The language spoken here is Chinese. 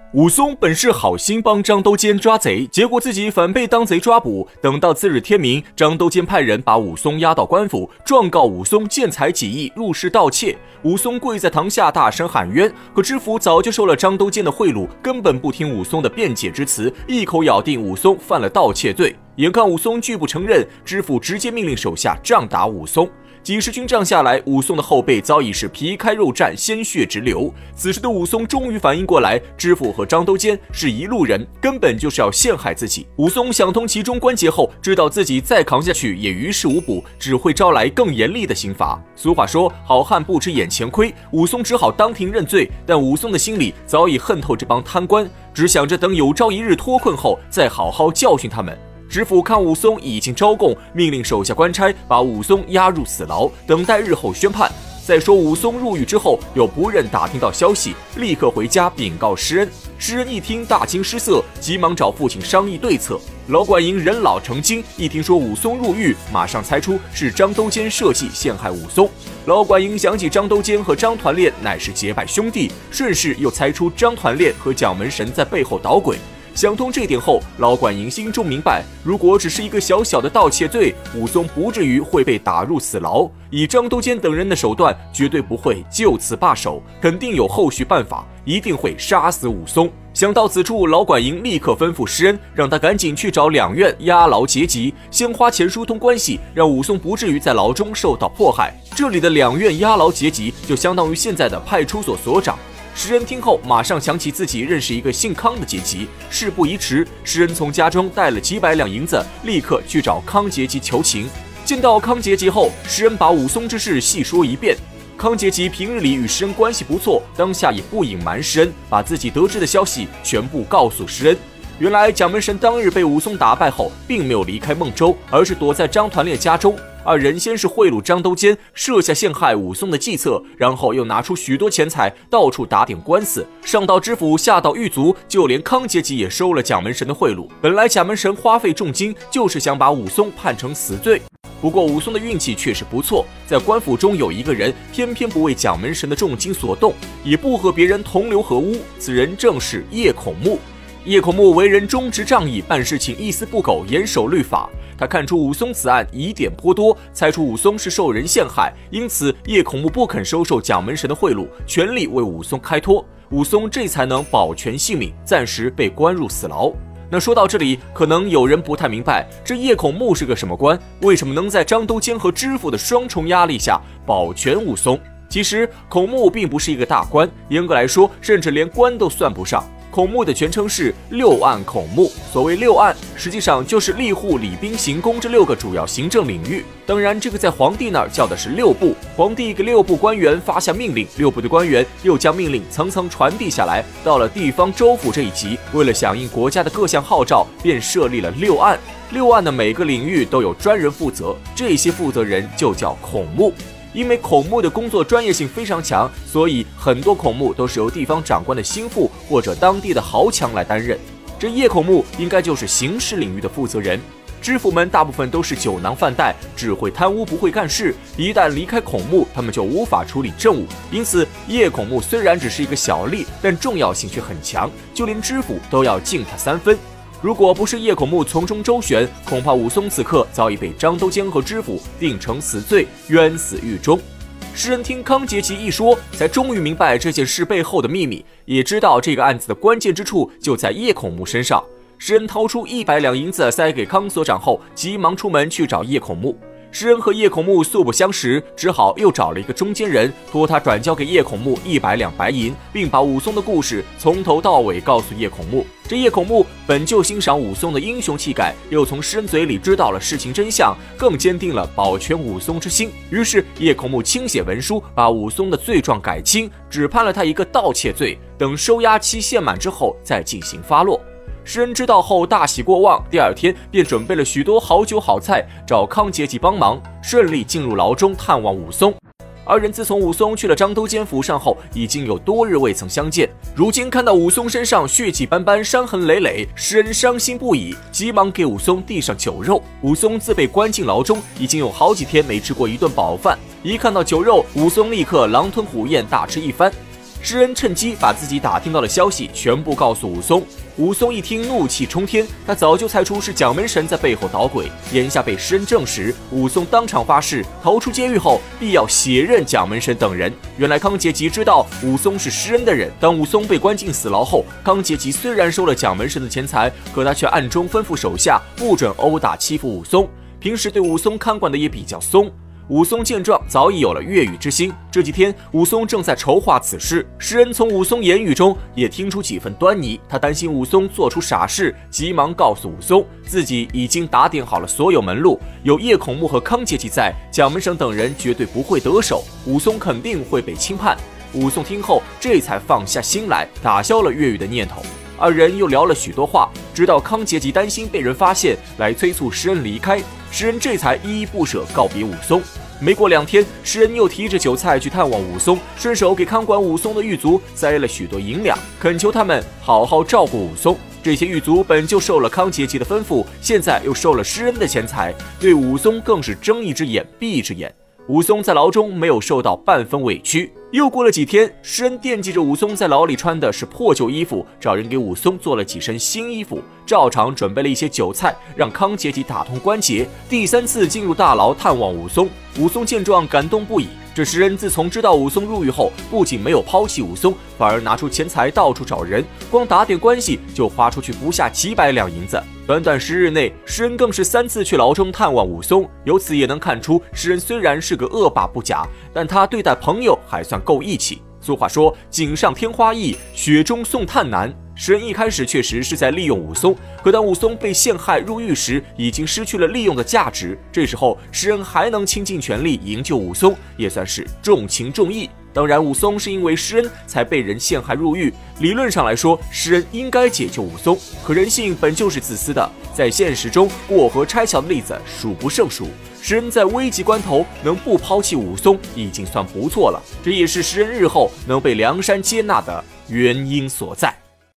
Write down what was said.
武松本是好心帮张都监抓贼，结果自己反被当贼抓捕。等到次日天明，张都监派人把武松押到官府，状告武松见财起意，入室盗窃。武松跪在堂下大声喊冤，可知府早就收了张都监的贿赂，根本不听武松的辩解之词，一口咬定武松犯了盗窃罪。眼看武松拒不承认，知府直接命令手下杖打武松。几十军仗下来，武松的后背早已是皮开肉绽，鲜血直流。此时的武松终于反应过来，知府和张都监是一路人，根本就是要陷害自己。武松想通其中关节后，知道自己再扛下去也于事无补，只会招来更严厉的刑罚。俗话说，好汉不吃眼前亏，武松只好当庭认罪。但武松的心里早已恨透这帮贪官，只想着等有朝一日脱困后，再好好教训他们。知府看武松已经招供，命令手下官差把武松押入死牢，等待日后宣判。再说武松入狱之后，有仆人打听到消息，立刻回家禀告施恩。施恩一听大惊失色，急忙找父亲商议对策。老管营人老成精，一听说武松入狱，马上猜出是张都监设计陷害武松。老管营想起张都监和张团练乃是结拜兄弟，顺势又猜出张团练和蒋门神在背后捣鬼。想通这点后，老管营心中明白，如果只是一个小小的盗窃罪，武松不至于会被打入死牢。以张都监等人的手段，绝对不会就此罢手，肯定有后续办法，一定会杀死武松。想到此处，老管营立刻吩咐施恩，让他赶紧去找两院押牢结集，先花钱疏通关系，让武松不至于在牢中受到迫害。这里的两院押牢结集，就相当于现在的派出所所长。施恩听后，马上想起自己认识一个姓康的结集。事不宜迟，施恩从家中带了几百两银子，立刻去找康结集求情。见到康结集后，施恩把武松之事细说一遍。康结集平日里与施恩关系不错，当下也不隐瞒施恩，把自己得知的消息全部告诉施恩。原来蒋门神当日被武松打败后，并没有离开孟州，而是躲在张团练家中。二人先是贿赂张都监，设下陷害武松的计策，然后又拿出许多钱财，到处打点官司，上到知府，下到狱卒，就连康结集也收了蒋门神的贿赂。本来蒋门神花费重金，就是想把武松判成死罪。不过武松的运气确实不错，在官府中有一个人偏偏不为蒋门神的重金所动，也不和别人同流合污，此人正是叶孔目。叶孔目为人忠直仗义，办事情一丝不苟，严守律法。他看出武松此案疑点颇多，猜出武松是受人陷害，因此叶孔目不肯收受蒋门神的贿赂，全力为武松开脱。武松这才能保全性命，暂时被关入死牢。那说到这里，可能有人不太明白，这叶孔目是个什么官？为什么能在张都监和知府的双重压力下保全武松？其实孔目并不是一个大官，严格来说，甚至连官都算不上。孔目的全称是六案孔目，所谓六案，实际上就是吏户、礼兵、刑工这6个主要行政领域。当然，这个在皇帝那儿叫的是六部，皇帝给6部官员发下命令，6部的官员又将命令层层传递下来，到了地方州府这一级，为了响应国家的各项号召，便设立了六案。六案的每个领域都有专人负责，这些负责人就叫孔目。因为孔目的工作专业性非常强，所以很多孔目都是由地方长官的心腹或者当地的豪强来担任。这叶孔目应该就是刑事领域的负责人。知府们大部分都是酒囊饭袋，只会贪污不会干事，一旦离开孔目，他们就无法处理政务。因此叶孔目虽然只是一个小吏，但重要性却很强，就连知府都要敬他3分。如果不是叶孔目从中周旋，恐怕武松此刻早已被张都监和知府定成死罪，冤死狱中。施恩听康结集一说，才终于明白这件事背后的秘密，也知道这个案子的关键之处就在叶孔目身上。施恩掏出100两银子塞给康所长后，急忙出门去找叶孔目。施恩和叶孔目素不相识，只好又找了一个中间人，托他转交给叶孔目100两白银，并把武松的故事从头到尾告诉叶孔目。这叶孔目本就欣赏武松的英雄气概，又从施恩嘴里知道了事情真相，更坚定了保全武松之心。于是叶孔目亲写文书，把武松的罪状改轻，只判了他一个盗窃罪，等收押期限满之后再进行发落。施恩知道后大喜过望，第2天便准备了许多好酒好菜，找康结集帮忙，顺利进入牢中探望武松。二人自从武松去了张都监府上后，已经有多日未曾相见。如今看到武松身上血迹斑斑，伤痕累累，施恩伤心不已，急忙给武松递上酒肉。武松自被关进牢中，已经有好几天没吃过一顿饱饭，一看到酒肉，武松立刻狼吞虎咽大吃一番。 施恩趁机把自己打听到的消息全部告诉武松。武松一听，怒气冲天，他早就猜出是蒋门神在背后捣鬼。眼下被施恩证实，武松当场发誓，逃出监狱后必要血刃蒋门神等人。原来康节吉知道武松是施恩的人，当武松被关进死牢后，康节吉虽然收了蒋门神的钱财，可他却暗中吩咐手下不准殴打欺负武松，平时对武松看管的也比较松。武松见状，早已有了越狱之心。这几天，武松正在筹划此事。施恩从武松言语中也听出几分端倪，他担心武松做出傻事，急忙告诉武松，自己已经打点好了所有门路，有叶孔目和康节吉在，蒋门神等人绝对不会得手，武松肯定会被轻判。武松听后，这才放下心来，打消了越狱的念头。二人又聊了许多话，直到康节吉担心被人发现，来催促施恩离开，施恩这才依依不舍告别武松。没过2天，施恩又提着酒菜去探望武松，顺手给看管武松的狱卒塞了许多银两，恳求他们好好照顾武松。这些狱卒本就受了康节吉的吩咐，现在又受了施恩的钱财，对武松更是睁一只眼闭一只眼。武松在牢中没有受到半分委屈。又过了几天，施恩惦记着武松在牢里穿的是破旧衣服，找人给武松做了几身新衣服，照常准备了一些酒菜，让康节吉打通关节。第3次进入大牢探望武松，武松见状感动不已。这施恩自从知道武松入狱后，不仅没有抛弃武松，反而拿出钱财到处找人，光打点关系就花出去不下几百两银子。短短10日内，施恩更是3次去牢中探望武松，由此也能看出，施恩虽然是个恶霸不假，但他对待朋友还算够义气。俗话说，锦上添花易，雪中送炭难。施恩一开始确实是在利用武松，可当武松被陷害入狱时，已经失去了利用的价值。这时候，施恩还能倾尽全力营救武松，也算是重情重义。当然，武松是因为施恩才被人陷害入狱，理论上来说，施恩应该解救武松。可人性本就是自私的，在现实中过河拆桥的例子数不胜数。施恩在危急关头能不抛弃武松，已经算不错了，这也是施恩日后能被梁山接纳的原因所在。